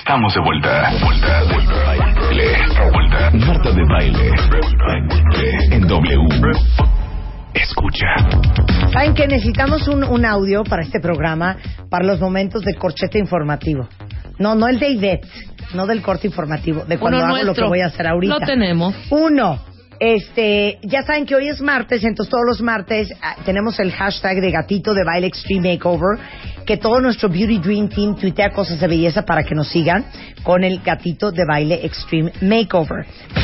Estamos de vuelta. Vuelta. Marta de Baile. En W. Escucha. ¿Saben que necesitamos un audio para este programa, para los momentos de corchete informativo? No el de Ivette, no del corte informativo, de cuando hago lo que voy a hacer ahorita. Lo tenemos. Ya saben que hoy es martes, entonces todos los martes tenemos el hashtag de Gatito de Baile Extreme Makeover, que todo nuestro Beauty Dream Team tuitea cosas de belleza para que nos sigan con el Gatito de Baile Extreme Makeover.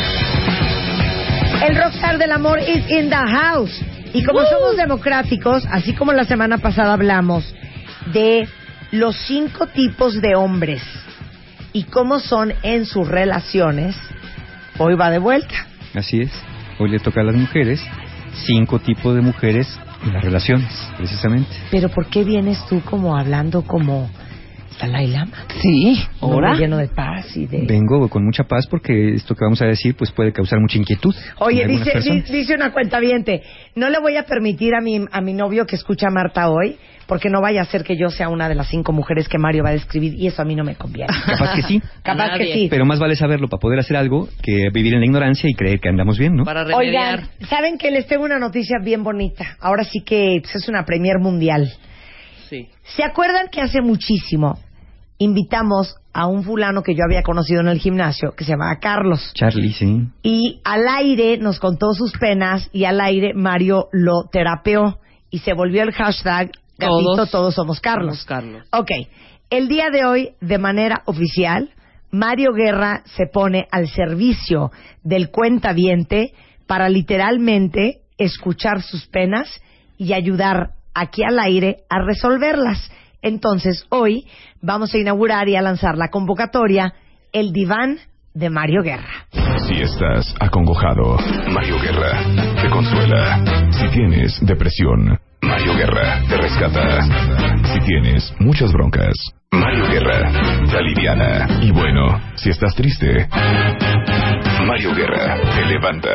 El rockstar del amor is in the house. Y como somos democráticos, así como la semana pasada hablamos de los 5 tipos de hombres y cómo son en sus relaciones, hoy va de vuelta. Así es. Hoy le toca a las mujeres 5 tipos de mujeres en las relaciones, precisamente. Pero ¿por qué vienes tú como hablando como Dalai Lama? Sí, ahora lleno de paz y de... Vengo con mucha paz porque esto que vamos a decir pues puede causar mucha inquietud. Oye, dice una cuentaviente, no le voy a permitir a mi novio que escucha a Marta hoy, porque no vaya a ser que yo sea una de las 5 mujeres que Mario va a describir, y eso a mí no me conviene. Capaz que sí. Capaz que sí. Pero más vale saberlo para poder hacer algo que vivir en la ignorancia y creer que andamos bien, ¿no? Para remediar. Oigan, ¿saben que les tengo una noticia bien bonita? Ahora sí que es una premier mundial. Sí. ¿Se acuerdan que hace muchísimo invitamos a un fulano que yo había conocido en el gimnasio, que se llamaba Carlos? Charlie, sí. Y al aire nos contó sus penas, y al aire Mario lo terapeó, y se volvió el hashtag Gatito, todos somos Carlos. Ok, el día de hoy, de manera oficial, Mario Guerra se pone al servicio del cuentaviente para literalmente escuchar sus penas y ayudar aquí al aire a resolverlas. Entonces, hoy vamos a inaugurar y a lanzar la convocatoria El Diván de Mario Guerra. Si estás acongojado, Mario Guerra te consuela. Si tienes depresión, Mario Guerra te rescata. Si tienes muchas broncas, Mario Guerra te aliviana. Y bueno, si estás triste, Mario Guerra te levanta.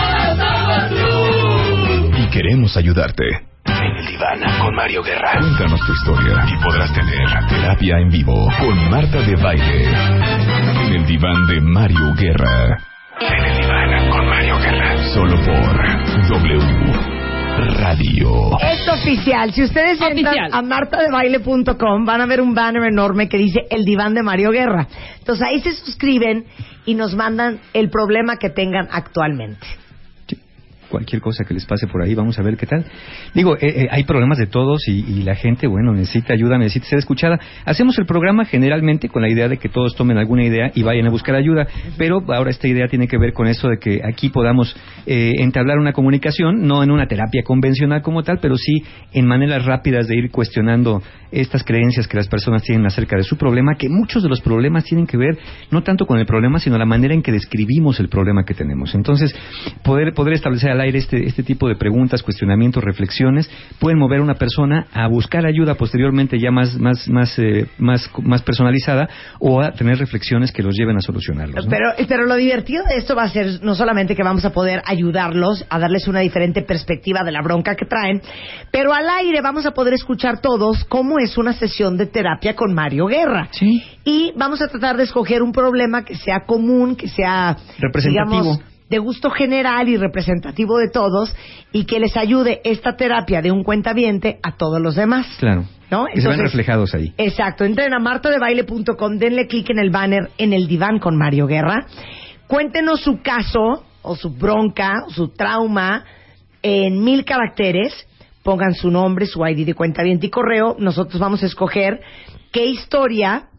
Y queremos ayudarte. En el diván con Mario Guerra. Cuéntanos tu historia y podrás tener terapia en vivo con Marta de Baile. En el diván de Mario Guerra. En el diván con Mario Guerra. Solo por W Radio. Es oficial. Si ustedes entran a martadebaile.com, van a ver un banner enorme que dice El Diván de Mario Guerra. Entonces ahí se suscriben y nos mandan el problema que tengan actualmente. Cualquier cosa que les pase por ahí, vamos a ver qué tal. Digo, hay problemas de todos y la gente, bueno, necesita ayuda, necesita ser escuchada. Hacemos el programa generalmente con la idea de que todos tomen alguna idea y vayan a buscar ayuda, pero ahora esta idea tiene que ver con eso de que aquí podamos entablar una comunicación, no en una terapia convencional como tal, pero sí en maneras rápidas de ir cuestionando estas creencias que las personas tienen acerca de su problema, que muchos de los problemas tienen que ver no tanto con el problema, sino la manera en que describimos el problema que tenemos. Entonces, poder establecer al aire este tipo de preguntas, cuestionamientos, reflexiones, pueden mover a una persona a buscar ayuda posteriormente ya más personalizada, o a tener reflexiones que los lleven a solucionarlos, ¿no? Pero lo divertido de esto va a ser no solamente que vamos a poder ayudarlos a darles una diferente perspectiva de la bronca que traen, pero al aire vamos a poder escuchar todos cómo es una sesión de terapia con Mario Guerra. Sí. Y vamos a tratar de escoger un problema que sea común, que sea representativo, digamos, de gusto general y representativo de todos, y que les ayude esta terapia de un cuentaviente a todos los demás. Claro. ¿No? Que se ven reflejados ahí. Exacto. Entren a martadebaile.com, denle clic en el banner En el Diván con Mario Guerra. Cuéntenos su caso, o su bronca, o su trauma, en 1000 caracteres. Pongan su nombre, su ID de cuentaviente y correo. Nosotros vamos a escoger qué historia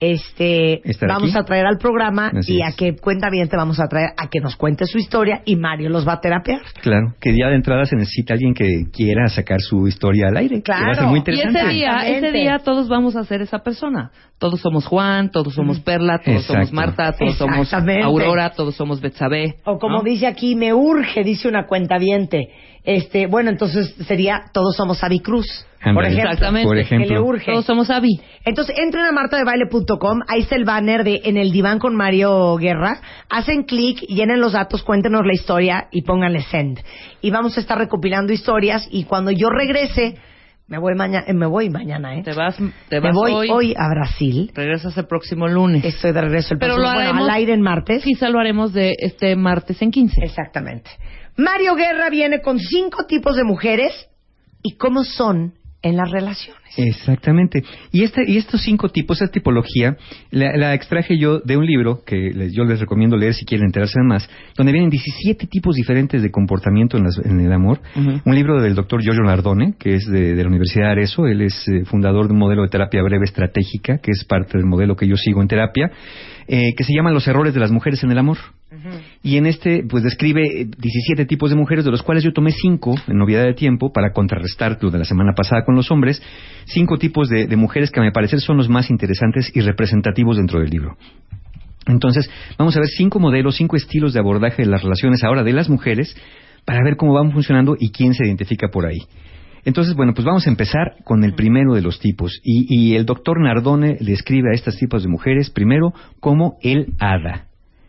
vamos a traer al programa. Así y a qué cuentaviente vamos a traer a que nos cuente su historia, y Mario los va a terapear. Claro, que ya de entrada se necesita alguien que quiera sacar su historia al aire. Claro. Que va a ser muy interesante. Y ese día todos vamos a ser esa persona. Todos somos Juan, todos somos Perla, todos somos Marta, todos somos Aurora, todos somos Betsabé. O como dice aquí, me urge, dice una cuentaviente. Bueno, entonces sería todos somos Avi Cruz. Por ejemplo. Exactamente. Por ejemplo. Que le urge. Todos somos Avi. Entonces entren a martadebaile.com, ahí está el banner de En el Diván con Mario Guerra. Hacen clic, llenen los datos, cuéntenos la historia y pónganle send. Y vamos a estar recopilando historias, y cuando yo regrese Me voy mañana, ¿eh? Te vas me voy hoy a Brasil. Regresas el próximo lunes. Estoy de regreso el próximo lunes. Pero lo haremos, al aire en martes. Quizá lo haremos de este martes en 15. Exactamente. Mario Guerra viene con 5 tipos de mujeres y cómo son en las relaciones. Exactamente. Y estos 5 tipos, esta tipología, la extraje yo de un libro que yo les recomiendo leer si quieren enterarse de más, donde vienen 17 tipos diferentes de comportamiento en el amor. Uh-huh. Un libro del doctor Giorgio Nardone, que es de la Universidad de Arezzo. Él es fundador de un modelo de terapia breve estratégica, que es parte del modelo que yo sigo en terapia, que se llama Los errores de las mujeres en el amor. Uh-huh. Y en pues describe 17 tipos de mujeres, de los cuales yo tomé 5 en novedad de tiempo para contrarrestar lo de la semana pasada con los hombres. 5 tipos de mujeres que a mi parecer son los más interesantes y representativos dentro del libro. Entonces, vamos a ver 5 modelos, 5 estilos de abordaje de las relaciones ahora de las mujeres para ver cómo van funcionando y quién se identifica por ahí. Entonces, bueno, pues vamos a empezar con el primero de los tipos. Y el doctor Nardone le escribe a estos tipos de mujeres primero como el hada.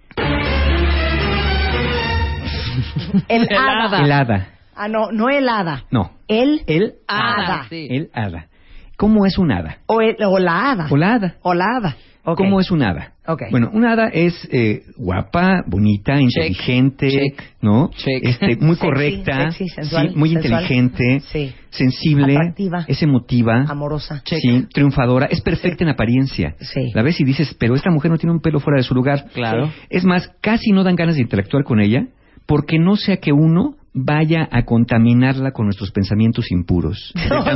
El hada. El hada. Ah, no el hada. No. El hada. Sí. El hada. ¿Cómo es un hada? O la hada. O la hada. O la hada. Okay. ¿Cómo es un hada? Okay. Bueno, una hada es guapa, bonita, inteligente, ¿no? Muy correcta, sexy, sensual, sí, muy inteligente, sí, sensible, atractiva, es emotiva, amorosa, sí, triunfadora, es perfecta en apariencia. Sí. La ves y dices, pero esta mujer no tiene un pelo fuera de su lugar. Claro. Sí. Es más, casi no dan ganas de interactuar con ella porque no sea que uno vaya a contaminarla con nuestros pensamientos impuros.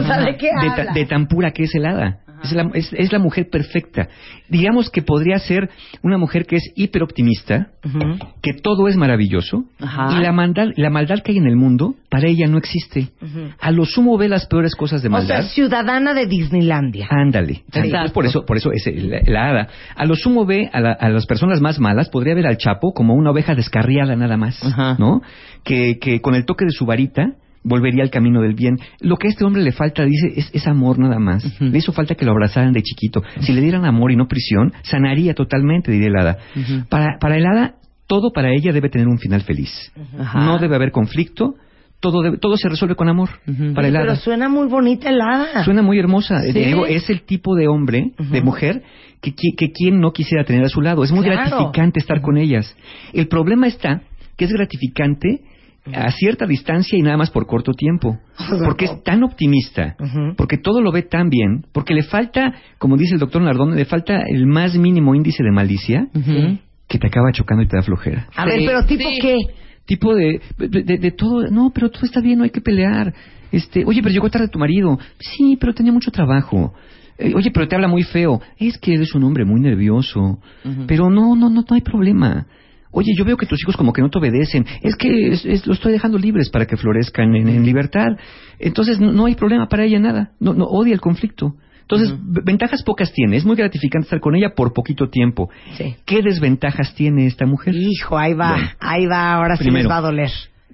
De tan pura que es el hada. Es la mujer perfecta. Digamos que podría ser una mujer que es hiperoptimista, uh-huh, que todo es maravilloso, uh-huh, y la maldad que hay en el mundo, para ella no existe. Uh-huh. A lo sumo ve las peores cosas de maldad. O sea, ciudadana de Disneylandia. Ándale. Entonces, por eso es la hada. A lo sumo ve a las personas más malas, podría ver al Chapo como una oveja descarriada nada más, uh-huh, ¿no? Que con el toque de su varita volvería al camino del bien. Lo que a este hombre le falta, dice, es amor nada más. Uh-huh. Le hizo falta que lo abrazaran de chiquito. Si le dieran amor y no prisión, sanaría totalmente, diría el hada. Uh-huh. Para el hada, todo para ella debe tener un final feliz. Uh-huh. No debe haber conflicto. Todo se resuelve con amor, uh-huh, para el hada. Pero suena muy bonita el hada. Suena muy hermosa. ¿Sí? Digo, es el tipo de hombre, uh-huh, de mujer, que quien no quisiera tener a su lado. Es muy gratificante estar con ellas. El problema está que es gratificante a cierta distancia y nada más por corto tiempo, porque es tan optimista, uh-huh, porque todo lo ve tan bien, porque le falta, como dice el doctor Nardone, le falta el más mínimo índice de malicia, uh-huh, que te acaba chocando y te da flojera. A ver, pero ¿tipo qué? Tipo de todo. No, pero todo está bien, no hay que pelear. Oye, pero llegó tarde tu marido. Sí, pero tenía mucho trabajo. Oye, pero te habla muy feo. Es que eres un hombre muy nervioso. Uh-huh. Pero no hay problema. Oye, yo veo que tus hijos como que no te obedecen. Es que los estoy dejando libres para que florezcan en libertad. Entonces no hay problema para ella nada. No odia el conflicto. Entonces, uh-huh, ventajas pocas tiene. Es muy gratificante estar con ella por poquito tiempo. Sí. ¿Qué desventajas tiene esta mujer? Hijo, ahí va. Ahora sí les va a doler.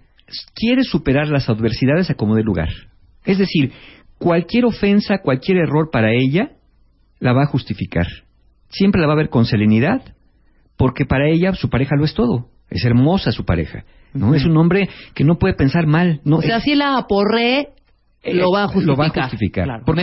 Quiere superar las adversidades a como dé lugar. Es decir, cualquier ofensa, cualquier error para ella, la va a justificar. Siempre la va a ver con serenidad, porque para ella su pareja lo es todo. Es hermosa su pareja, ¿no? Uh-huh. Es un hombre que no puede pensar mal. No, o sea, si la aporré, lo va a justificar. Claro. Porque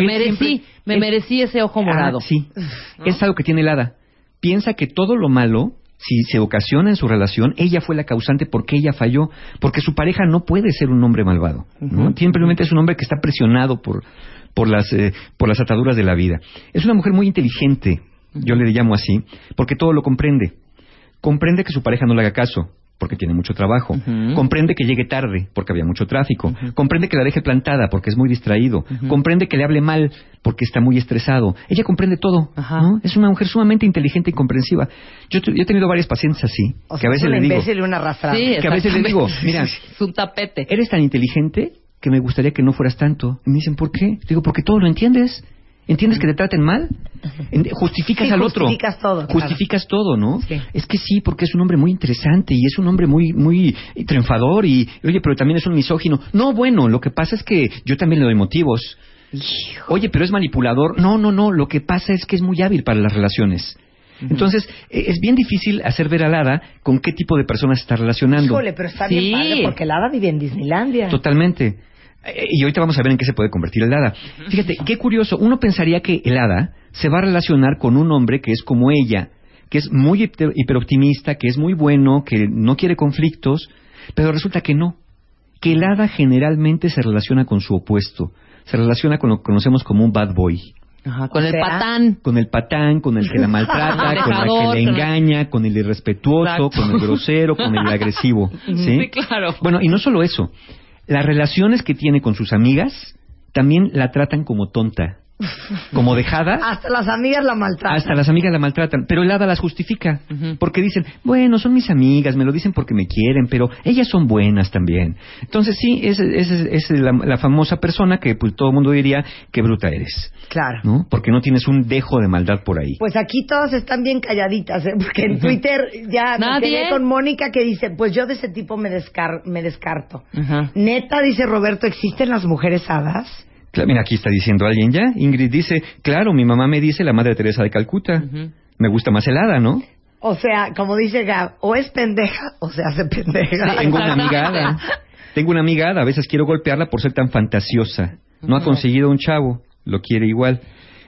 me merecí ese ojo morado. Sí, ¿no? Es algo que tiene el hada. Piensa que todo lo malo, si se ocasiona en su relación, ella fue la causante porque ella falló, porque su pareja no puede ser un hombre malvado, ¿no? Uh-huh. Simplemente es un hombre que está presionado por las ataduras de la vida. Es una mujer muy inteligente, yo le llamo así, porque todo lo comprende. Comprende que su pareja no le haga caso, porque tiene mucho trabajo. Uh-huh. Comprende que llegue tarde, porque había mucho tráfico. Uh-huh. Comprende que la deje plantada, porque es muy distraído. Uh-huh. Comprende que le hable mal, porque está muy estresado. Ella comprende todo, uh-huh, ¿no? Es una mujer sumamente inteligente y comprensiva. Yo he tenido varias pacientes así, o sea, que a veces le digo... imbécil y una arrastrada. Sí, que a veces le digo, mira... es un tapete. Eres tan inteligente que me gustaría que no fueras tanto. Y me dicen, ¿por qué? Digo, porque todo lo entiendes. ¿Entiendes que te traten mal? Justificas al otro. Justificas todo, ¿no? Sí. Es que sí, porque es un hombre muy interesante y es un hombre muy triunfador y, oye, pero también es un misógino. No, bueno, lo que pasa es que yo también le doy motivos. Hijo. Oye, pero es manipulador. No, lo que pasa es que es muy hábil para las relaciones. Uh-huh. Entonces, es bien difícil hacer ver al hada con qué tipo de personas está relacionando. Híjole, pero está bien padre porque el hada vive en Disneylandia. Totalmente. Y ahorita vamos a ver en qué se puede convertir el hada. Fíjate, qué curioso. Uno pensaría que el hada se va a relacionar con un hombre que es como ella, que es muy hiperoptimista, que es muy bueno, que no quiere conflictos, pero resulta que no. Que el hada generalmente se relaciona con su opuesto. Se relaciona con lo que conocemos como un bad boy. Ajá, con el patán. Con el patán, con el que la maltrata, con el que le engaña, con el irrespetuoso, con el grosero, con el agresivo. ¿Sí? Claro. Bueno, y no solo eso. Las relaciones que tiene con sus amigas también la tratan como tonta, como dejada. Hasta las amigas la maltratan. Pero el hada las justifica, porque dicen, bueno, son mis amigas, me lo dicen porque me quieren, pero ellas son buenas también. Entonces sí, es la famosa persona que pues todo el mundo diría, qué bruta eres. Claro. ¿No? Porque no tienes un dejo de maldad por ahí. Pues aquí todas están bien calladitas, porque en Twitter ya me quedé con Mónica que dice, pues yo de ese tipo me descarto. Neta, dice Roberto, ¿existen las mujeres hadas? Mira, aquí está diciendo alguien ya. Ingrid dice, claro, mi mamá me dice la Madre Teresa de Calcuta. Me gusta más el hada, ¿no? O sea, como dice Gab, o es pendeja o se hace pendeja. Sí, tengo una amiga hada. A veces quiero golpearla por ser tan fantasiosa. No ha conseguido un chavo. Lo quiere igual.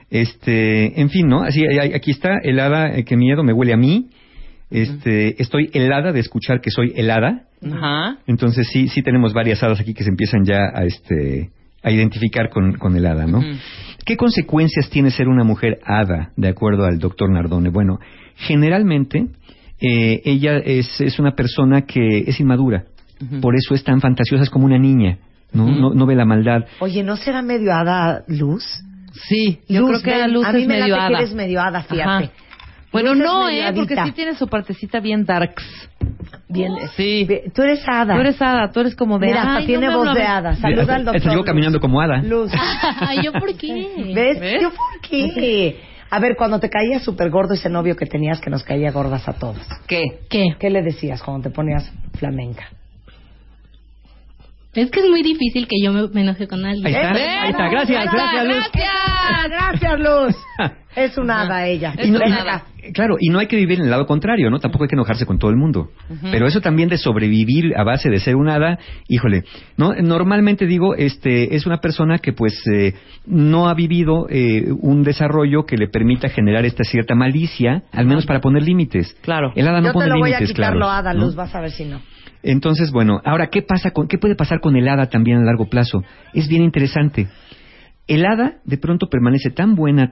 En fin, ¿no? Así, aquí está el hada, qué miedo, me huele a mí. Estoy helada de escuchar que soy helada. Entonces sí tenemos varias hadas aquí que se empiezan ya a identificar con el hada, ¿no? ¿Qué consecuencias tiene ser una mujer hada, de acuerdo al doctor Nardone? Bueno, generalmente ella es una persona que es inmadura, por eso es tan fantasiosa, es como una niña, ¿no? No ve la maldad. Oye, ¿no será medio hada Luz? Sí, yo creo que Luz es medio hada. A mí me late que eres medio hada, fíjate. Bueno, no, porque sí tiene su partecita bien darks. Bien, sí. Tú eres hada. Tú eres como de... Mira, hasta tiene voz de hada. Saluda al doctor. Yo caminando como hada. Luz. ¿Yo por qué? ¿Ves? ¿Yo por qué? A ver, cuando te caía súper gordo ese novio que tenías que nos caía gordas a todos. ¿Qué le decías cuando te ponías flamenca? Es que es muy difícil que yo me enoje con alguien. Ahí está. Gracias, Luz. Gracias, Luz. Es una hada ella. Claro, y no hay que vivir en el lado contrario, ¿no? Tampoco hay que enojarse con todo el mundo. Pero eso también de sobrevivir a base de ser un hada, híjole, ¿no? Normalmente digo, es una persona que pues no ha vivido un desarrollo que le permita generar esta cierta malicia, al menos para poner límites. Claro. El hada no pone límites, claro. Yo te lo voy a quitar lo hada, Luz, vas a ver si no. Entonces, bueno, ahora, ¿qué puede pasar con el hada también a largo plazo? Es bien interesante. El hada de pronto permanece tan buena,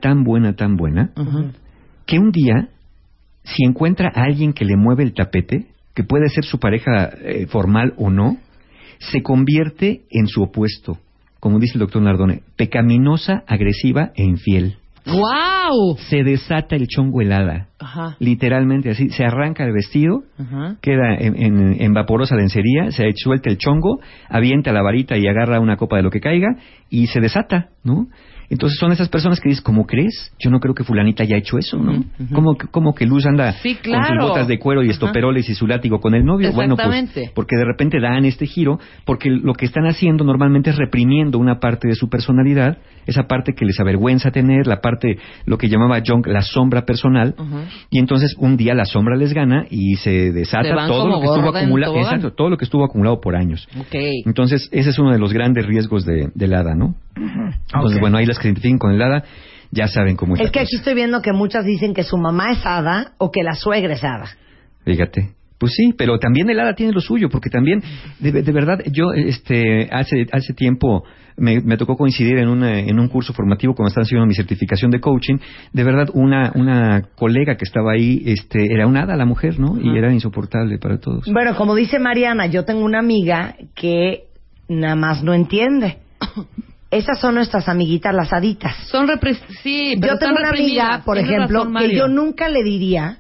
que un día, si encuentra a alguien que le mueve el tapete, que puede ser su pareja formal o no, se convierte en su opuesto, como dice el doctor Nardone, pecaminosa, agresiva e infiel. ¡Wow! Se desata el chongo helada. Literalmente así. Se arranca el vestido, queda en vaporosa lencería, se suelta el chongo, avienta la varita y agarra una copa de lo que caiga y se desata, ¿no? Entonces son esas personas que dices, ¿cómo crees? Yo no creo que fulanita haya hecho eso, ¿no? ¿Cómo que Luz anda con sus botas de cuero y estoperoles y su látigo con el novio? Bueno, pues porque de repente dan este giro, porque lo que están haciendo normalmente es reprimiendo una parte de su personalidad, esa parte que les avergüenza tener, la parte, lo que llamaba Jung, la sombra personal, y entonces un día la sombra les gana y se desata todo lo que estuvo acumulado, todo lo que estuvo acumulado por años. Entonces ese es uno de los grandes riesgos del hada, ¿no? Entonces, bueno, ahí las que se identifiquen con el hada ya saben cómo es. Es que aquí estoy viendo que muchas dicen que su mamá es hada o que la suegra es hada. Fíjate. Pues sí, pero también el hada tiene lo suyo, porque también, de verdad, yo hace tiempo me tocó coincidir en un curso formativo cuando estaba haciendo mi certificación de coaching. De verdad, una colega que estaba ahí, era una hada la mujer, ¿no? Y era insoportable para todos. Bueno, como dice Mariana, yo tengo una amiga que nada más no entiende. Esas son nuestras amiguitas, las haditas. Sí, pero yo tengo una amiga, por ejemplo, que yo nunca le diría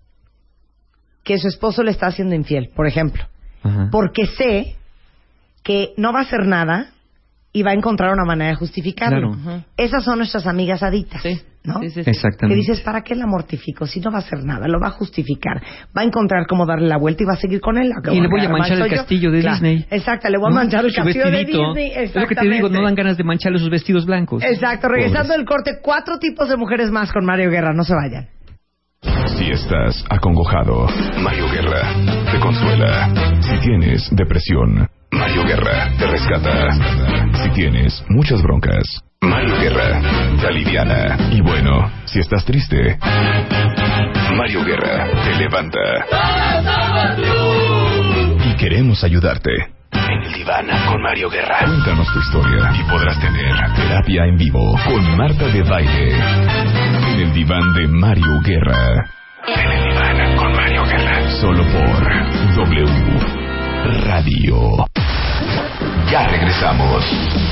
que su esposo le está haciendo infiel, por ejemplo. Porque sé que no va a hacer nada y va a encontrar una manera de justificarlo. Esas son nuestras amigas haditas, ¿no? Sí. Exactamente. Que dices, ¿para qué la mortifico? Si no va a hacer nada, lo va a justificar. Va a encontrar cómo darle la vuelta y va a seguir con él. Y le voy a manchar el castillo de Disney. Exacto, le voy a manchar el castillo de Disney. Es lo que te digo, no dan ganas de mancharle sus vestidos blancos. Exacto, regresando del corte, 4 tipos de mujeres más con Mario Guerra, no se vayan. Si estás acongojado, Mario Guerra te consuela. Si tienes depresión, Mario Guerra te rescata. Si tienes muchas broncas, Mario Guerra te aliviana. Y bueno, si estás triste, Mario Guerra te levanta. Y queremos ayudarte. En el diván con Mario Guerra. Cuéntanos tu historia y podrás tener terapia en vivo con Marta de Baile. En el diván de Mario Guerra. En el diván con Mario Guerra. Solo por W Radio. Ya regresamos.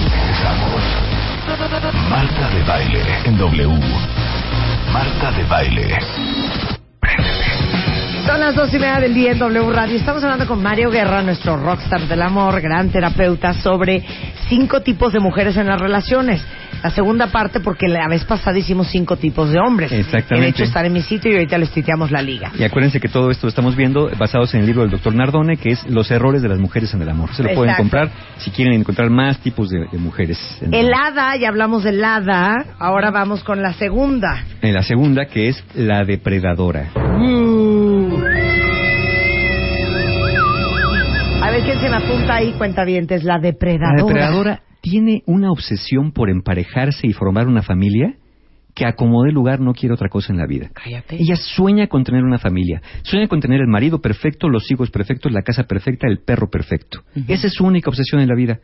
Marta de Baile en W. Marta de Baile. Son las 2:30 del día en W Radio. Estamos hablando con Mario Guerra, nuestro rockstar del amor, gran terapeuta, sobre 5 tipos de mujeres en las relaciones. La segunda parte, porque la vez pasada hicimos 5 tipos de hombres. Exactamente. Que de hecho están en mi sitio y ahorita les tuiteamos la liga. Y acuérdense que todo esto lo estamos viendo basados en el libro del Dr. Nardone, que es Los errores de las mujeres en el amor. Se lo pueden comprar si quieren encontrar más tipos de mujeres. El hada, ya hablamos del hada, ahora vamos con la segunda. En la segunda, que es la depredadora. A ver quién se me apunta ahí, cuentavientes, la depredadora. La depredadora tiene una obsesión por emparejarse y formar una familia que a como dé lugar no quiere otra cosa en la vida. Cállate. Ella sueña con tener una familia, sueña con tener el marido perfecto, los hijos perfectos, la casa perfecta, el perro perfecto. Esa es su única obsesión en la vida.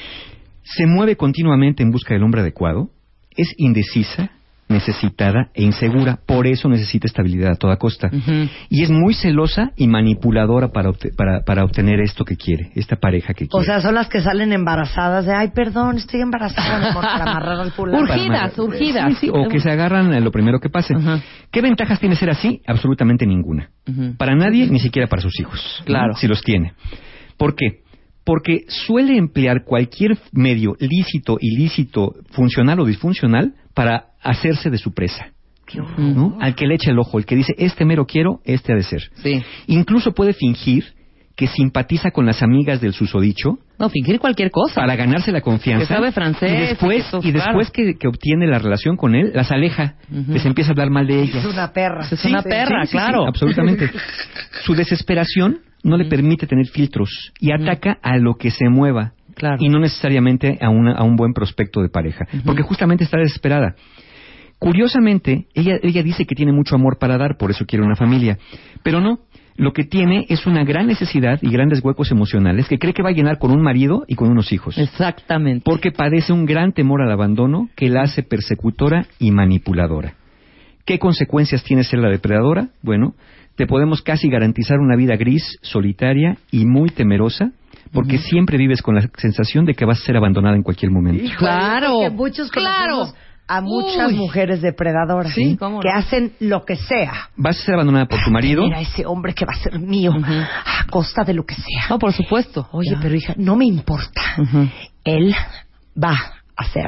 Se mueve continuamente en busca del hombre adecuado, es indecisa, necesitada e insegura, por eso necesita estabilidad a toda costa. Y es muy celosa y manipuladora para obtener esto que quiere, esta pareja que quiere. O sea, son las que salen embarazadas de, ay, perdón, estoy embarazada, mi amor, para amarrar al fulano. Urgidas. Sí, o que se agarran a lo primero que pase. ¿Qué ventajas tiene ser así? Absolutamente ninguna. Para nadie, ni siquiera para sus hijos. Claro. ¿No? Si los tiene. ¿Por qué? Porque suele emplear cualquier medio lícito, ilícito, funcional o disfuncional para hacerse de su presa. ¿No? Al que le echa el ojo, el que dice, este mero quiero, este ha de ser. Sí. Incluso puede fingir que simpatiza con las amigas del susodicho. No, fingir cualquier cosa. Para ganarse la confianza. Que sabe francés. Y después que obtiene la relación con él, las aleja. Les empieza a hablar mal de ellas. Es una perra. Es una perra, claro. Sí, absolutamente. Su desesperación no le permite tener filtros y ataca a lo que se mueva. Claro. Y no necesariamente a un buen prospecto de pareja. Porque justamente está desesperada. Curiosamente, ella dice que tiene mucho amor para dar, por eso quiere una familia. Pero no. Lo que tiene es una gran necesidad y grandes huecos emocionales que cree que va a llenar con un marido y con unos hijos. Exactamente. Porque padece un gran temor al abandono que la hace persecutora y manipuladora. ¿Qué consecuencias tiene ser la depredadora? Bueno, te podemos casi garantizar una vida gris, solitaria y muy temerosa, porque siempre vives con la sensación de que vas a ser abandonada en cualquier momento. Claro. Porque muchos conocemos a muchas mujeres depredadoras que hacen lo que sea. Vas a ser abandonada por tu marido. Mira, ese hombre que va a ser mío a costa de lo que sea. No, por supuesto. Oye, pero hija, no me importa. Él va a ser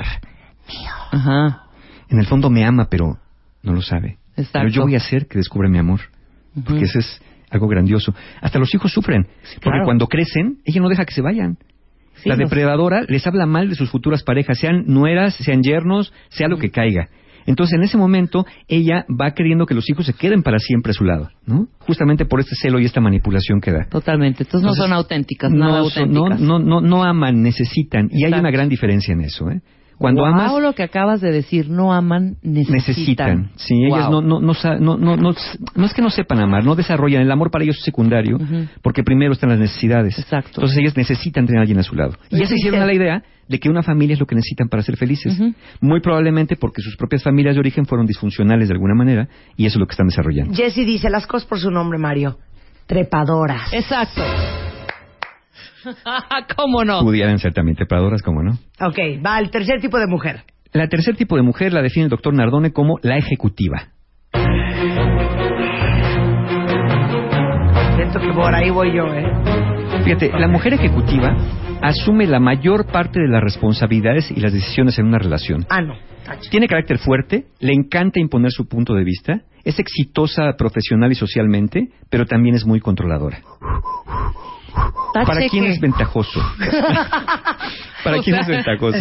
mío. En el fondo me ama, pero no lo sabe. Exacto. Pero yo voy a hacer que descubra mi amor. Porque eso es algo grandioso. Hasta los hijos sufren. Porque cuando crecen, ella no deja que se vayan. La depredadora les habla mal de sus futuras parejas, sean nueras, sean yernos, sea lo que caiga. Entonces, en ese momento, ella va queriendo que los hijos se queden para siempre a su lado, ¿no? Justamente por este celo y esta manipulación que da. Totalmente. Entonces no son auténticas, nada auténticas. No aman, necesitan. Exacto. Y hay una gran diferencia en eso, ¿eh? Cuando amas, lo que acabas de decir, no aman, necesitan. Sí, ellas no es que no sepan amar, no desarrollan. El amor para ellos es secundario, porque primero están las necesidades. Exacto. Entonces ellas necesitan tener a alguien a su lado. Y ya se hicieron a la idea de que una familia es lo que necesitan para ser felices. Muy probablemente porque sus propias familias de origen fueron disfuncionales de alguna manera, y eso es lo que están desarrollando. Jessie dice las cosas por su nombre, Mario. Trepadoras. Exacto. ¿Cómo no? Pudieran ser también trepadoras, ¿cómo no? Ok, va el tercer tipo de mujer. La tercer tipo de mujer la define el doctor Nardone como la ejecutiva. Siento que por ahí voy yo, Fíjate, la mujer ejecutiva asume la mayor parte de las responsabilidades y las decisiones en una relación. No. Tiene carácter fuerte, le encanta imponer su punto de vista, es exitosa profesional y socialmente, pero también es muy controladora. ¿Para quién es ventajoso? ¿Para quién es ventajoso?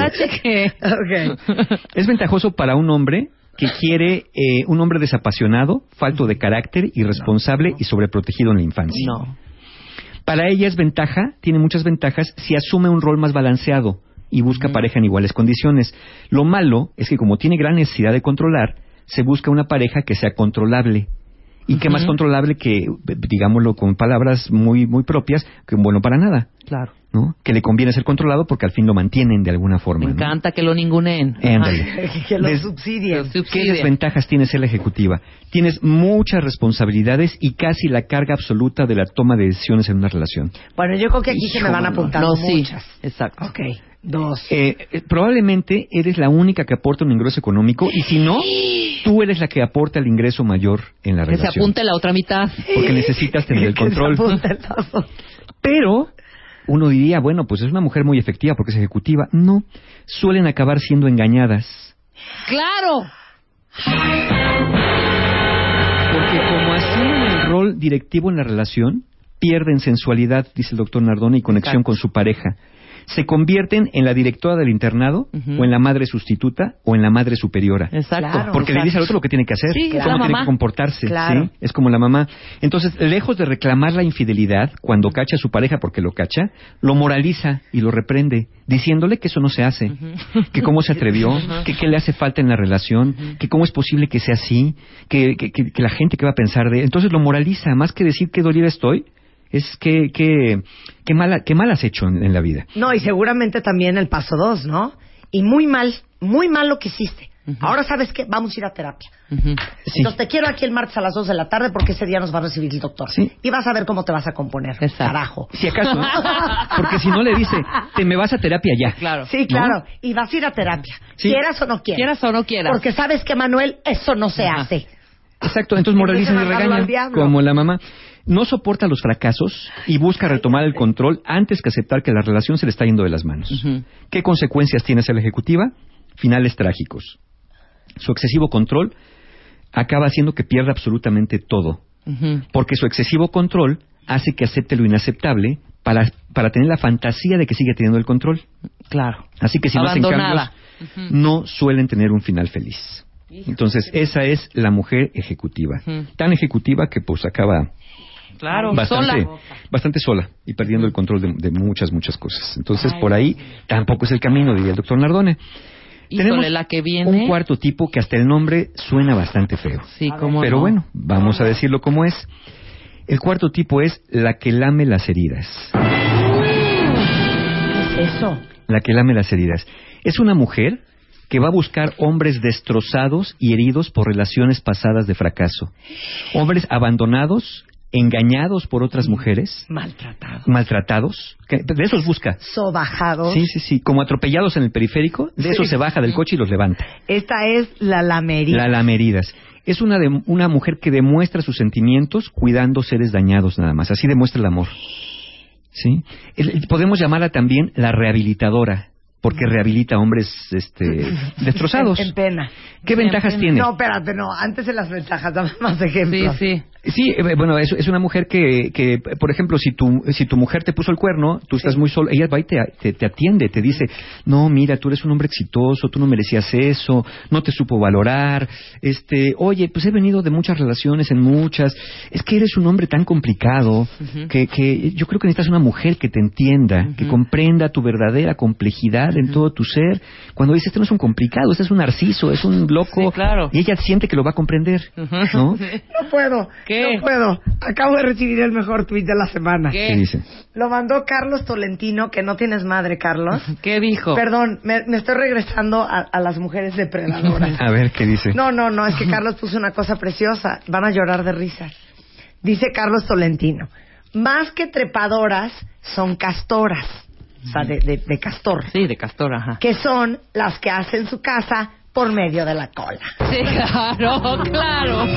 Es ventajoso para un hombre que quiere un hombre desapasionado, falto de carácter, irresponsable y sobreprotegido en la infancia. Para ella es ventaja, tiene muchas ventajas, si asume un rol más balanceado y busca pareja en iguales condiciones. Lo malo es que como tiene gran necesidad de controlar, se busca una pareja que sea controlable. Y que más controlable que, digámoslo con palabras muy muy propias, que un bueno para nada. Claro. ¿No? Que le conviene ser controlado porque al fin lo mantienen de alguna forma. Me encanta que lo ninguneen. Que lo subsidien. ¿Qué desventajas tiene ser la ejecutiva? Tienes muchas responsabilidades y casi la carga absoluta de la toma de decisiones en una relación. Bueno, yo creo que aquí se me van apuntando muchas. Sí, exacto. Ok, 2. Probablemente eres la única que aporta un ingreso económico y si no, tú eres la que aporta el ingreso mayor en la relación. Que se apunte la otra mitad. Porque necesitas tener el control. Pero uno diría, bueno, pues es una mujer muy efectiva porque es ejecutiva. No, suelen acabar siendo engañadas. ¡Claro! Porque como asumen el rol directivo en la relación, pierden sensualidad, dice el doctor Nardone, y conexión con su pareja. Se convierten en la directora del internado, o en la madre sustituta, o en la madre superiora. Exacto. Claro, porque le dice al otro lo que tiene que hacer, cómo tiene que comportarse. Claro. ¿Sí? Es como la mamá. Entonces, lejos de reclamar la infidelidad, cuando cacha a su pareja porque lo cacha, lo moraliza y lo reprende, diciéndole que eso no se hace, que cómo se atrevió, que qué le hace falta en la relación, que cómo es posible que sea así, que la gente que va a pensar de... Entonces lo moraliza, más que decir qué dolida estoy, es qué mal has hecho en la vida. No, y seguramente también el paso 2, ¿no? Y muy mal lo que hiciste. Ahora, ¿sabes qué? Vamos a ir a terapia. Sí. Entonces, te quiero aquí el martes a las 2 de la tarde porque ese día nos va a recibir el doctor. Sí. Y vas a ver cómo te vas a componer. Exacto. Carajo. Si acaso, porque si no le dice, te me vas a terapia ya. Claro. Sí, claro. ¿No? Y vas a ir a terapia. Sí. Quieras o no quieras. Quieras o no quieras. Porque sabes que, Manuel, eso no se hace. Exacto, entonces moraliza y Mandarlo al regaña, diablo. como la mamá. No soporta los fracasos y busca retomar el control antes que aceptar que la relación se le está yendo de las manos. ¿Qué consecuencias tiene ser la ejecutiva? Finales trágicos. Su excesivo control acaba haciendo que pierda absolutamente todo. Porque su excesivo control hace que acepte lo inaceptable para tener la fantasía de que sigue teniendo el control. Claro. Así que si no hacen cambios, no suelen tener un final feliz. Entonces, esa es la mujer ejecutiva. Tan ejecutiva que pues acaba bastante sola y perdiendo el control de muchas cosas. Entonces, por ahí tampoco es el camino, diría el doctor Nardone. Tenemos la que viene. un cuarto tipo que hasta el nombre suena bastante feo. Sí, cómo pero no. bueno, vamos a decirlo como es. El cuarto tipo es la que lame las heridas. ¿Qué es eso? La que lame las heridas. Es una mujer que va a buscar hombres destrozados y heridos por relaciones pasadas de fracaso. Hombres abandonados, engañados por otras mujeres. Maltratados. De esos busca. Sobajados. Sí. Como atropellados en el periférico, de esos se baja del coche y los levanta. Esta es la lamerida. La lameridas. Es una mujer que demuestra sus sentimientos cuidando seres dañados nada más. Así demuestra el amor. ¿Sí? Podemos llamarla también la rehabilitadora, porque rehabilita hombres destrozados. En pena. ¿Qué ventajas tiene? No, espérate, no. Antes de las ventajas, dame más ejemplos. Sí, bueno, es una mujer que, por ejemplo, si tu mujer te puso el cuerno, tú estás muy solo, ella va y te atiende, te dice, no, mira, tú eres un hombre exitoso, tú no merecías eso, no te supo valorar, oye, pues he venido de muchas relaciones, es que eres un hombre tan complicado, que yo creo que necesitas una mujer que te entienda, que comprenda tu verdadera complejidad en todo tu ser. Cuando dices, este no es un complicado, este es un narciso, es un loco, claro. Y ella siente que lo va a comprender, ¿no? No puedo. ¿Qué? No puedo. Acabo de recibir el mejor tuit de la semana. ¿Qué dice? Lo mandó Carlos Tolentino, que no tienes madre, Carlos. ¿Qué dijo? Perdón, me estoy regresando a las mujeres depredadoras. A ver, ¿qué dice? No, es que Carlos puso una cosa preciosa. Van a llorar de risa. Dice Carlos Tolentino, más que trepadoras, son castoras. O sea, de castor. Sí, de castor, ajá. Que son las que hacen su casa por medio de la cola. Sí, claro.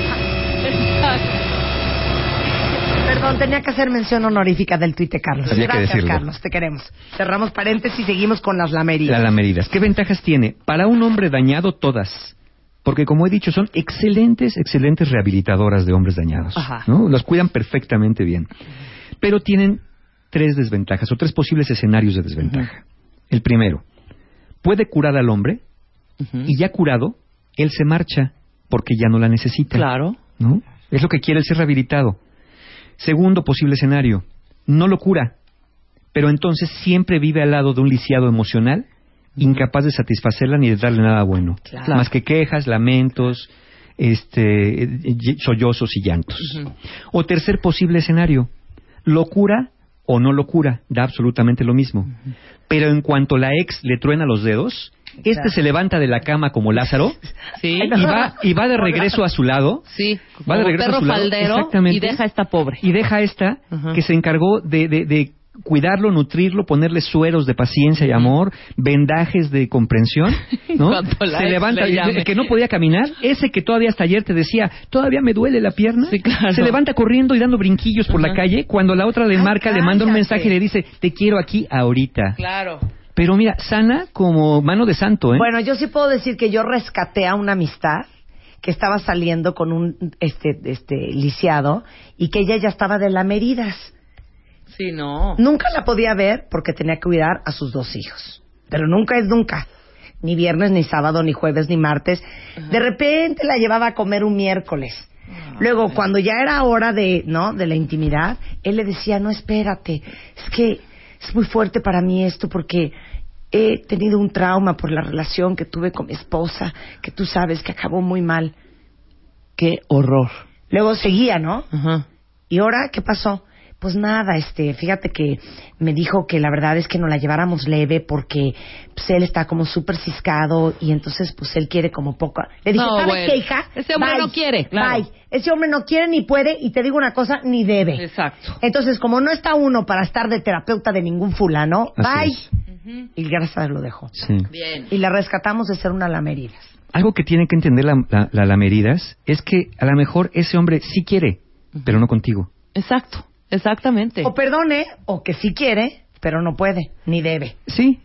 Perdón, tenía que hacer mención honorífica del tuit de Carlos. Había que Gracias, decirlo. Carlos, te queremos. Cerramos paréntesis y seguimos con las lameridas. Las lameridas. ¿Qué ventajas tiene? Para un hombre dañado, todas. Porque, como he dicho, son excelentes rehabilitadoras de hombres dañados. Ajá. ¿No? Los cuidan perfectamente bien. Pero tienen 3 desventajas, o 3 posibles escenarios de desventaja. El primero, puede curar al hombre, y ya curado, él se marcha porque ya no la necesita. Claro. ¿No? Es lo que quiere el ser rehabilitado. Segundo posible escenario, no lo cura, pero entonces siempre vive al lado de un lisiado emocional, incapaz de satisfacerla ni de darle nada bueno, más que quejas, lamentos, sollozos y llantos. O tercer posible escenario, lo cura o no lo cura, da absolutamente lo mismo. Pero en cuanto la ex le truena los dedos, se levanta de la cama como Lázaro, y va de regreso a su lado, va de regreso a su lado, y deja a esta pobre. Y deja a esta que se encargó de cuidarlo, nutrirlo, ponerle sueros de paciencia y amor, vendajes de comprensión, ¿no? Se levanta, que no podía caminar, ese que todavía hasta ayer te decía, todavía me duele la pierna, se levanta corriendo y dando brinquillos por la calle, cuando la otra le marca, le manda un mensaje y le dice, te quiero aquí ahorita. Claro. Pero mira, sana como mano de santo, ¿eh? Bueno, yo sí puedo decir que yo rescaté a una amistad que estaba saliendo con un lisiado y que ella ya estaba de lameridas. Sí, no. Nunca la podía ver porque tenía que cuidar a sus 2 hijos. Pero nunca es nunca. Ni viernes, ni sábado, ni jueves, ni martes. De repente la llevaba a comer un miércoles. Luego, cuando ya era hora de la intimidad, él le decía, no, espérate, es que es muy fuerte para mí esto porque he tenido un trauma por la relación que tuve con mi esposa, que tú sabes que acabó muy mal. ¡Qué horror! Luego seguía, ¿no? ¿Y ahora qué pasó? Pues nada, fíjate que me dijo que la verdad es que nos la lleváramos leve porque pues él está como súper ciscado y entonces pues él quiere como poco. Le dije, ¿sabes qué, hija? Ese hombre no quiere, claro. Bye. Ese hombre no quiere ni puede y te digo una cosa, ni debe. Exacto. Entonces, como no está uno para estar de terapeuta de ningún fulano, bye. Y gracias a Dios lo dejó. Sí. Bien. Y la rescatamos de ser una lameridas. Algo que tiene que entender la lameridas es que a lo mejor ese hombre sí quiere, pero no contigo. Exacto. Exactamente. O perdone, o que sí quiere, pero no puede, ni debe. Sí.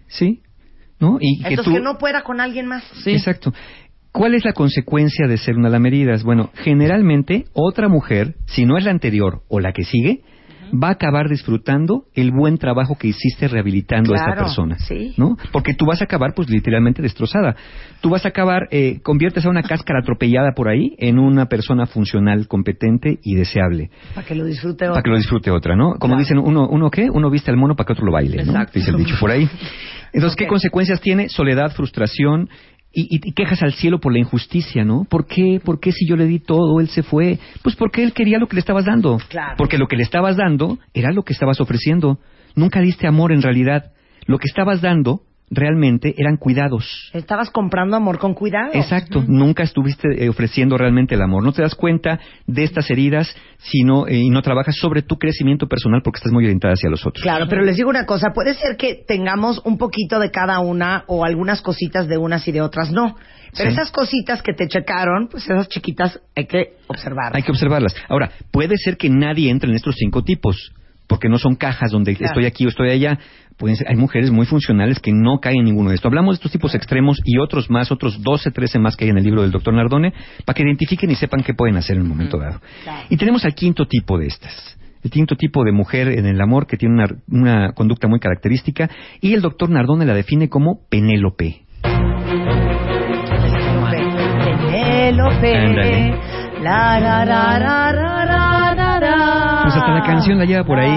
¿No? Y entonces que no pueda con alguien más. Sí. Exacto. ¿Cuál es la consecuencia de ser una lameridas? Bueno, generalmente otra mujer, si no es la anterior o la que sigue, va a acabar disfrutando el buen trabajo que hiciste rehabilitando a esta persona, ¿no? Porque tú vas a acabar, pues, literalmente destrozada. Tú vas a acabar, conviertes a una cáscara atropellada por ahí en una persona funcional, competente y deseable. Para que lo disfrute otra. Para que lo disfrute otra, ¿no? Como dicen, ¿uno qué? Uno viste al mono para que otro lo baile, ¿no? Dice el dicho por ahí. Entonces, ¿qué consecuencias tiene? Soledad, frustración, y quejas al cielo por la injusticia, ¿no? ¿Por qué si yo le di todo, él se fue? Pues porque él quería lo que le estabas dando. Claro. Porque lo que le estabas dando era lo que estabas ofreciendo. Nunca diste amor en realidad. Lo que estabas dando realmente eran cuidados. Estabas comprando amor con cuidado. Exacto. Nunca estuviste ofreciendo realmente el amor. No te das cuenta de estas heridas y no trabajas sobre tu crecimiento personal porque estás muy orientada hacia los otros. Claro, pero les digo una cosa. Puede ser que tengamos un poquito de cada una o algunas cositas de unas y de otras no. Pero esas cositas que te checaron, pues esas chiquitas hay que observarlas. Hay que observarlas. Ahora, puede ser que nadie entre en estos 5 tipos. Porque no son cajas donde estoy aquí o estoy allá. Hay mujeres muy funcionales que no caen en ninguno de estos. Hablamos de estos tipos extremos y otros más, otros 12, 13 más que hay en el libro del doctor Nardone, para que identifiquen y sepan qué pueden hacer en un momento dado. Claro. Y tenemos al 5º tipo de estas. El 5º tipo de mujer en el amor que tiene una conducta muy característica y el doctor Nardone la define como Penélope. Penélope. Ándale. La, ra, ra, ra, ra, ra, ra, ra. Pues hasta la canción la lleva por ahí.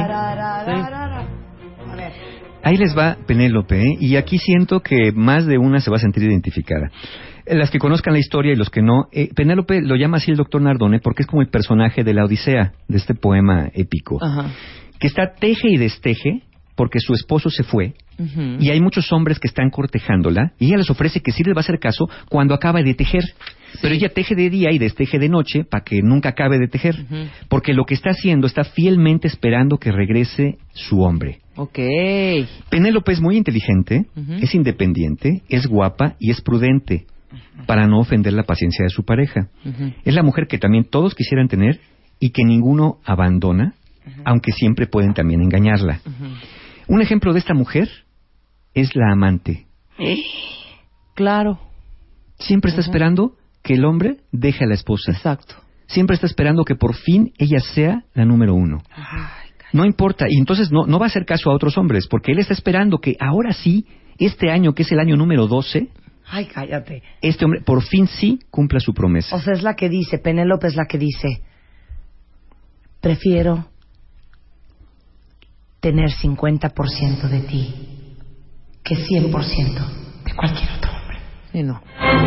Ahí les va Penélope, ¿eh? Y aquí siento que más de una se va a sentir identificada. Las que conozcan la historia y los que no, Penélope lo llama así el doctor Nardone porque es como el personaje de la Odisea, de este poema épico, que está teje y desteje porque su esposo se fue y hay muchos hombres que están cortejándola y ella les ofrece que sí les va a hacer caso cuando acaba de tejer. Pero ella teje de día y desteje de noche para que nunca acabe de tejer. Porque lo que está haciendo, está fielmente esperando que regrese su hombre. Penélope es muy inteligente, es independiente, es guapa y es prudente para no ofender la paciencia de su pareja. Es la mujer que también todos quisieran tener y que ninguno abandona, aunque siempre pueden también engañarla. Un ejemplo de esta mujer es la amante. Claro. Siempre está esperando que el hombre deje a la esposa. Exacto. Siempre está esperando que por fin ella sea la número 1. No importa, y entonces no va a hacer caso a otros hombres, porque él está esperando que ahora sí, este año, que es el año número 12... Ay, cállate. Este hombre por fin sí cumpla su promesa. O sea, es la que dice, Penélope es la que dice, prefiero tener 50% de ti que 100% de cualquier otro hombre. Sí, no.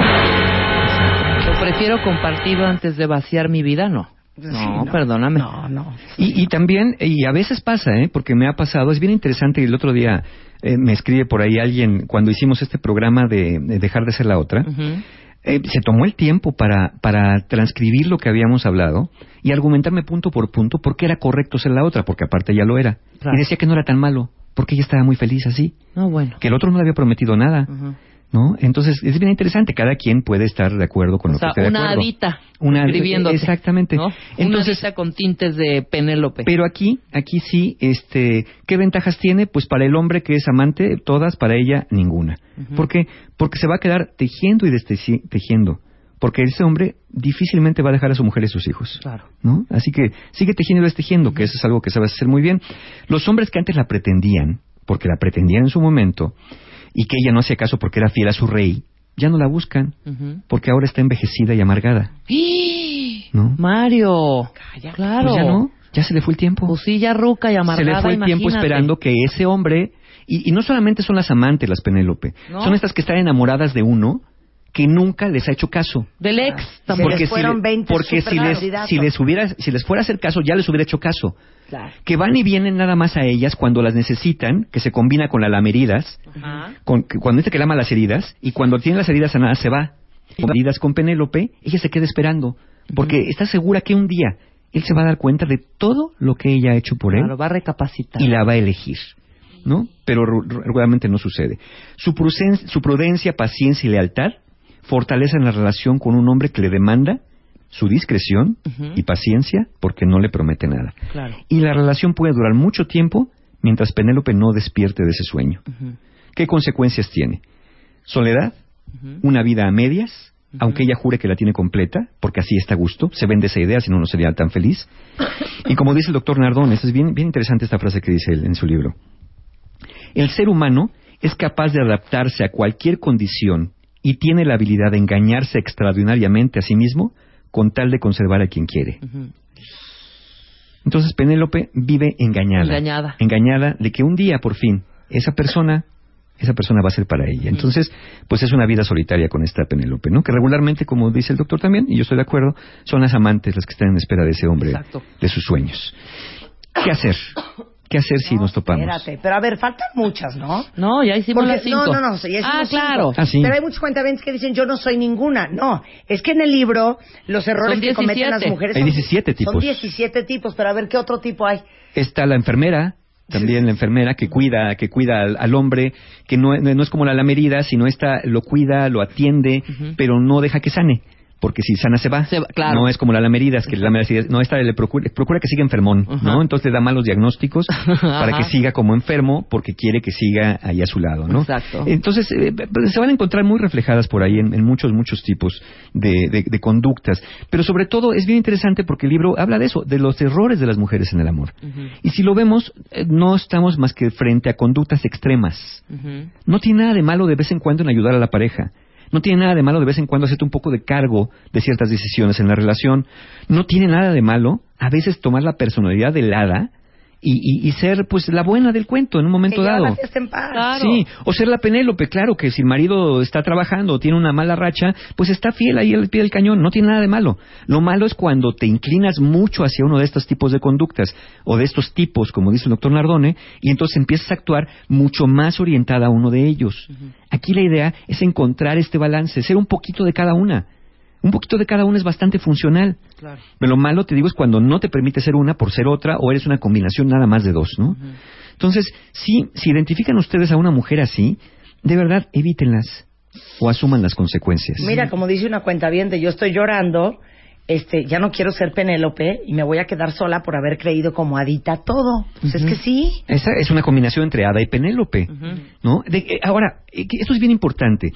Yo prefiero compartirlo antes de vaciar mi vida, no. No, perdóname. No. Y también, y a veces pasa, porque me ha pasado, es bien interesante, el otro día me escribe por ahí alguien, cuando hicimos este programa de Dejar de ser la otra, se tomó el tiempo para transcribir lo que habíamos hablado y argumentarme punto por punto por qué era correcto ser la otra, porque aparte ya lo era. Claro. Y decía que no era tan malo, porque ella estaba muy feliz así. Bueno. Que el otro no le había prometido nada. ¿No? Entonces es bien interesante, cada quien puede estar de acuerdo con lo que esté de acuerdo. Una hadita escribiéndote, exactamente, ¿no? Entonces, una hadita con tintes de Penélope. Pero aquí sí, ¿qué ventajas tiene? Pues para el hombre que es amante, todas, para ella ninguna. ¿Por qué? Porque se va a quedar tejiendo y destejiendo. Porque ese hombre difícilmente va a dejar a su mujer y a sus hijos. Claro. ¿No? Así que sigue tejiendo y destejiendo, que eso es algo que sabes hacer muy bien. Los hombres que antes la pretendían, porque la pretendían en su momento, y que ella no hacía caso porque era fiel a su rey, ya no la buscan, porque ahora está envejecida y amargada. ¿No? Mario, claro. Pues ya no, ya se le fue el tiempo. Pues sí, ya ruca y amargada. Se le fue el tiempo esperando que ese hombre, y no solamente son las amantes, las Penélope, son estas que están enamoradas de uno que nunca les ha hecho caso. Del ex tampoco. Porque si les fuera a hacer caso, ya les hubiera hecho caso. Claro. Que van y vienen nada más a ellas cuando las necesitan, que se combina con la lameridas, cuando dice que lama las heridas, y cuando tiene las heridas sanadas se va. Con heridas con Penélope, ella se queda esperando, porque está segura que un día él se va a dar cuenta de todo lo que ella ha hecho por él. Claro, va a recapacitar. Y la va a elegir, ¿no? Pero regularmente no sucede. Su prudencia, paciencia y lealtad fortalecen la relación con un hombre que le demanda su discreción y paciencia porque no le promete nada. Claro. Y la relación puede durar mucho tiempo mientras Penélope no despierte de ese sueño. ¿Qué consecuencias tiene? Soledad, una vida a medias, aunque ella jure que la tiene completa, porque así está a gusto, se vende esa idea, si no, no sería tan feliz. Y como dice el doctor Nardone, es bien interesante esta frase que dice él en su libro. El ser humano es capaz de adaptarse a cualquier condición y tiene la habilidad de engañarse extraordinariamente a sí mismo con tal de conservar a quien quiere. Entonces Penélope vive engañada de que un día por fin esa persona va a ser para ella. Entonces, pues es una vida solitaria con esta Penélope, ¿no? Que regularmente, como dice el doctor también, y yo estoy de acuerdo, son las amantes las que están en espera de ese hombre. Exacto. De sus sueños. ¿Qué hacer? ¿Qué hacer si nos topamos? Espérate, pero a ver, faltan muchas, ¿no? No, ya hicimos las 5. No, ya hicimos claro. Sí. Pero hay muchos cuentavientes que dicen, yo no soy ninguna. No, es que en el libro los errores que cometen las mujeres hay 17 tipos. Son 17 tipos, pero a ver, ¿qué otro tipo hay? Está la enfermera, también la enfermera que cuida al hombre, que no es como la lamerida, sino lo cuida, lo atiende, pero no deja que sane. Porque si sana se va. Claro. No es como la lamerida, es que la lamerida, no, esta le procura que siga enfermón, ¿no? Entonces le da malos diagnósticos para que siga como enfermo, porque quiere que siga ahí a su lado, ¿no? Exacto. Entonces se van a encontrar muy reflejadas por ahí en muchos tipos de conductas. Pero sobre todo es bien interesante porque el libro habla de eso, de los errores de las mujeres en el amor. Y si lo vemos, no estamos más que frente a conductas extremas. No tiene nada de malo de vez en cuando en ayudar a la pareja. No tiene nada de malo de vez en cuando hacerte un poco de cargo de ciertas decisiones en la relación. No tiene nada de malo a veces tomar la personalidad del hada y ser pues la buena del cuento en un momento dado. La fiesta en paz. Claro. Sí, o ser la Penélope, claro, que si el marido está trabajando o tiene una mala racha, pues está fiel ahí al pie del cañón, no tiene nada de malo. Lo malo es cuando te inclinas mucho hacia uno de estos tipos de conductas, o de estos tipos, como dice el doctor Nardone, y entonces empiezas a actuar mucho más orientada a uno de ellos. Aquí la idea es encontrar este balance, ser un poquito de cada una. Un poquito de cada una es bastante funcional. Claro. Pero lo malo, te digo, es cuando no te permite ser una por ser otra, o eres una combinación nada más de dos, ¿no? Entonces, si identifican ustedes a una mujer así, de verdad, evítenlas o asuman las consecuencias. Mira, como dice una cuentaviente, yo estoy llorando, ya no quiero ser Penélope y me voy a quedar sola por haber creído como hadita todo. Pues es que sí. Esa es una combinación entre hada y Penélope, ¿no? Ahora, esto es bien importante.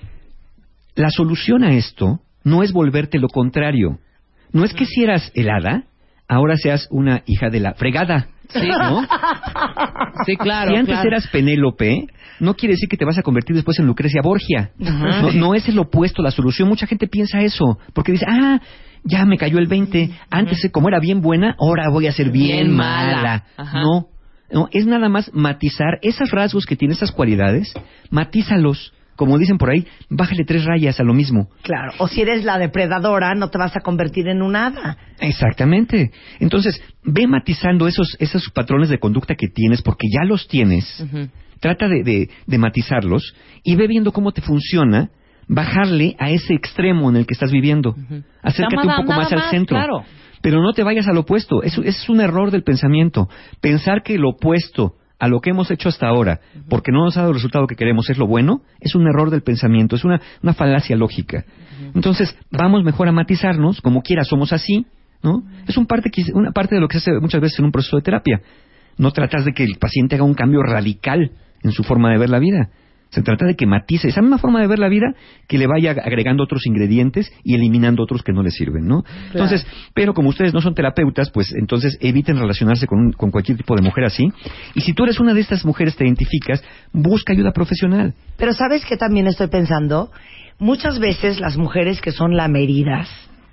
La solución a esto no es volverte lo contrario. No es que si eras el hada, ahora seas una hija de la fregada. Sí, ¿no? Sí, claro. Si antes eras Penélope, no quiere decir que te vas a convertir después en Lucrecia Borgia. No es el opuesto la solución. Mucha gente piensa eso, porque dice, ya me cayó el 20. Antes, como era bien buena, ahora voy a ser bien mala. No. ¿no? Es nada más matizar esos rasgos que tiene, esas cualidades, matízalos. Como dicen por ahí, bájale 3 rayas a lo mismo. Claro, o si eres la depredadora, no te vas a convertir en un hada. Exactamente. Entonces, ve matizando esos patrones de conducta que tienes, porque ya los tienes. Uh-huh. Trata de matizarlos y ve viendo cómo te funciona bajarle a ese extremo en el que estás viviendo. Uh-huh. Acércate un poco más al centro. Claro. Pero no te vayas al opuesto. Es un error del pensamiento. Pensar que lo opuesto a lo que hemos hecho hasta ahora, porque no nos ha dado el resultado que queremos, es lo bueno, es un error del pensamiento, es una falacia lógica. Entonces, vamos mejor a matizarnos, como quiera, somos así, ¿no? Es una parte de lo que se hace muchas veces en un proceso de terapia. No tratas de que el paciente haga un cambio radical en su forma de ver la vida. Se trata de que matice esa misma forma de ver la vida, que le vaya agregando otros ingredientes y eliminando otros que no le sirven, ¿no? Claro. Entonces, pero como ustedes no son terapeutas, pues entonces eviten relacionarse con cualquier tipo de mujer así. Y si tú eres una de estas mujeres, te identificas, busca ayuda profesional. Pero ¿sabes qué también estoy pensando? Muchas veces las mujeres que son lameridas,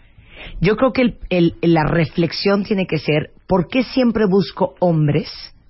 yo creo que la reflexión tiene que ser, ¿por qué siempre busco hombres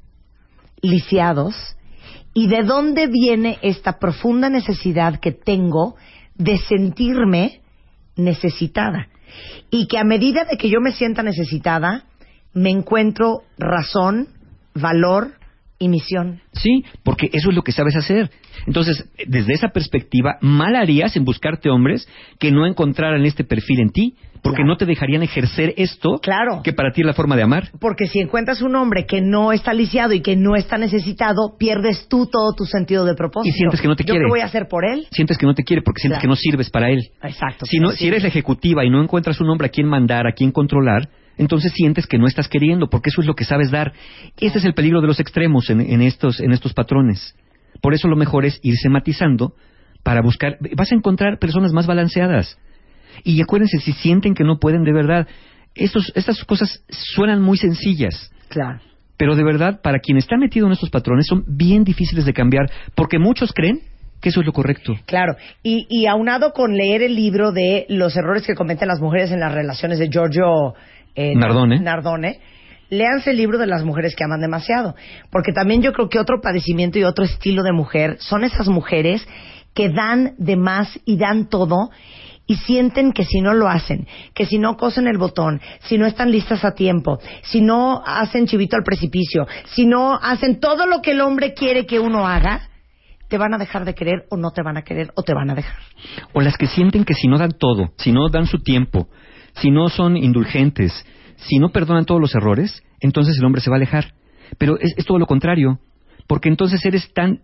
lisiados? ¿Y de dónde viene esta profunda necesidad que tengo de sentirme necesitada? Y que a medida de que yo me sienta necesitada, me encuentro razón, valor y misión. Sí, porque eso es lo que sabes hacer. Entonces, desde esa perspectiva, mal harías en buscarte hombres que no encontraran este perfil en ti, porque claro, no te dejarían ejercer esto, claro, que para ti es la forma de amar. Porque si encuentras un hombre que no está lisiado y que no está necesitado, pierdes tú todo tu sentido de propósito. Y sientes que no te quiere. ¿Yo qué voy a hacer por él? Sientes que no te quiere porque sientes que no sirves para él. Exacto. Si eres la ejecutiva y no encuentras un hombre a quien mandar, a quien controlar, entonces sientes que no estás queriendo, porque eso es lo que sabes dar. Ese es el peligro de los extremos en estos patrones. Por eso lo mejor es irse matizando para buscar. Vas a encontrar personas más balanceadas. Y acuérdense, si sienten que no pueden, de verdad, estas cosas suenan muy sencillas. Claro. Pero de verdad, para quien está metido en estos patrones, son bien difíciles de cambiar, porque muchos creen que eso es lo correcto. Claro. Y aunado con leer el libro de los errores que cometen las mujeres en las relaciones de Giorgio Nardone, léanse el libro de las mujeres que aman demasiado. Porque también yo creo que otro padecimiento y otro estilo de mujer son esas mujeres que dan de más y dan todo, y sienten que si no lo hacen, que si no cosen el botón, si no están listas a tiempo, si no hacen chivito al precipicio, si no hacen todo lo que el hombre quiere que uno haga, te van a dejar de querer o no te van a querer o te van a dejar. O las que sienten que si no dan todo, si no dan su tiempo, si no son indulgentes, si no perdonan todos los errores, entonces el hombre se va a alejar. Pero es todo lo contrario, porque entonces eres tan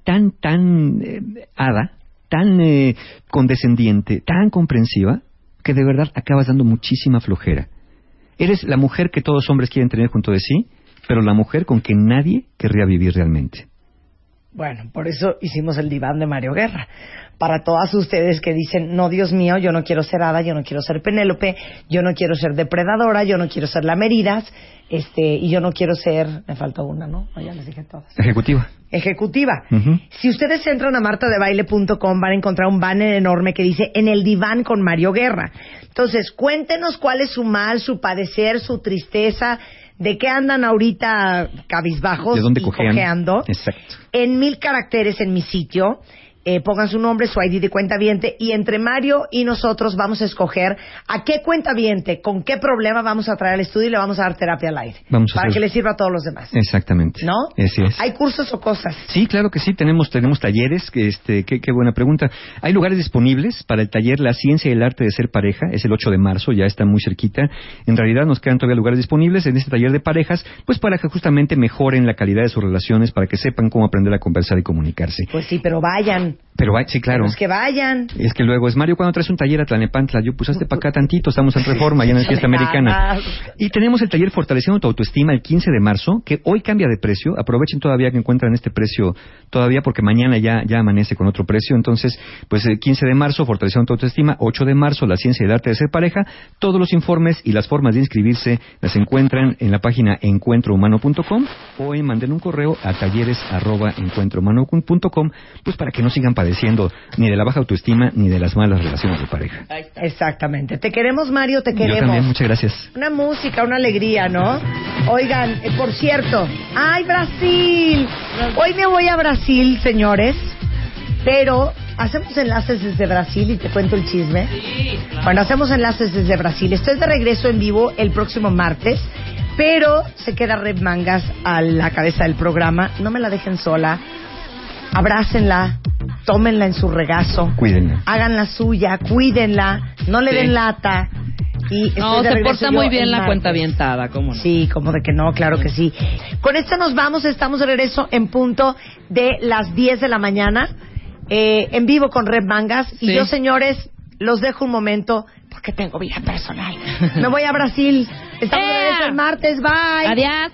hada, tan condescendiente, tan comprensiva, que de verdad acabas dando muchísima flojera. Eres la mujer que todos los hombres quieren tener junto de sí, pero la mujer con que nadie querría vivir realmente. Bueno, por eso hicimos el diván de Mario Guerra. Para todas ustedes que dicen, no, Dios mío, yo no quiero ser hada, yo no quiero ser Penélope, yo no quiero ser depredadora, yo no quiero ser lameridas, y yo no quiero ser, me falta una, ¿no? Ya les dije todas. Ejecutiva. Uh-huh. Si ustedes entran a martadebaile.com van a encontrar un banner enorme que dice En el diván con Mario Guerra. Entonces, cuéntenos cuál es su mal, su padecer, su tristeza, de qué andan ahorita cabizbajos y cojeando. Exacto. En 1000 caracteres en mi sitio. Pongan su nombre, su ID de cuentaviente, y entre Mario y nosotros vamos a escoger a qué cuentaviente, con qué problema vamos a traer al estudio y le vamos a dar terapia al aire. Para que le sirva a todos los demás. Exactamente. ¿No? Así es. ¿Hay cursos o cosas? Sí, claro que sí. Tenemos talleres. Qué buena pregunta. Hay lugares disponibles para el taller La Ciencia y el Arte de Ser Pareja. Es el 8 de marzo, ya está muy cerquita. En realidad nos quedan todavía lugares disponibles en este taller de parejas, pues para que justamente mejoren la calidad de sus relaciones, para que sepan cómo aprender a conversar y comunicarse. Pues sí, pero vayan. Sí, claro. Pero es que vayan. Es que luego es, Mario, cuando traes un taller a Tlalnepantla, yo pues hazte para acá tantito, estamos en Reforma, allá en la Fiesta Americana. Y tenemos el taller Fortaleciendo tu Autoestima el 15 de marzo, que hoy cambia de precio. Aprovechen todavía que encuentran este precio todavía, porque mañana ya amanece con otro precio. Entonces, pues el 15 de marzo, Fortaleciendo tu Autoestima, 8 de marzo, La Ciencia y el Arte de Ser Pareja. Todos los informes y las formas de inscribirse las encuentran en la página encuentrohumano.com o manden un correo a talleres@encuentrohumano.com, pues para que no sigan padeciendo ni de la baja autoestima ni de las malas relaciones de pareja. Exactamente. Te queremos, Mario, te queremos. Yo también, muchas gracias. Una música, una alegría, ¿no? Oigan, por cierto, ¡ay, Brasil! Hoy me voy a Brasil, señores, pero hacemos enlaces desde Brasil y te cuento el chisme. Sí, claro. Bueno, hacemos enlaces desde Brasil. Estoy de regreso en vivo el próximo martes, pero se queda Reb Mangas a la cabeza del programa. No me la dejen sola. Abrácenla, tómenla en su regazo. Cuídenla. Háganla suya, cuídenla, no le den lata. Y no, se porta muy bien la cuentavientada, ¿cómo no? Sí, como de que no, claro que sí. Con esto nos vamos, estamos de regreso en punto de las 10 de la mañana, en vivo con Reb Mangas. Sí. Y yo, señores, los dejo un momento porque tengo vida personal. Me voy a Brasil. Estamos de regreso el martes. Bye. Adiós.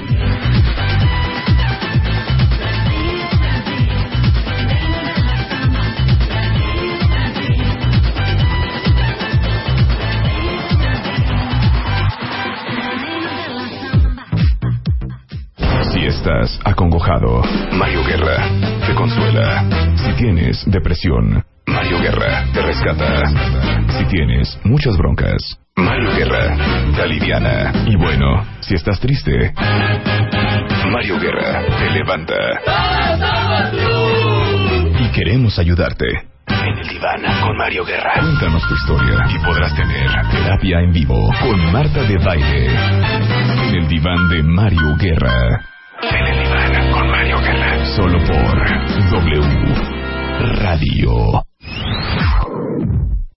Si estás acongojado, Mario Guerra te consuela. Si tienes depresión, Mario Guerra te rescata. Si tienes muchas broncas, Mario Guerra te aliviana. Y bueno, si estás triste, Mario Guerra te levanta. Y queremos ayudarte. En el diván con Mario Guerra. Cuéntanos tu historia y podrás tener terapia en vivo con Marta de Baile. En el diván de Mario Guerra. En el diván con Mario Guerra. Solo por W Radio.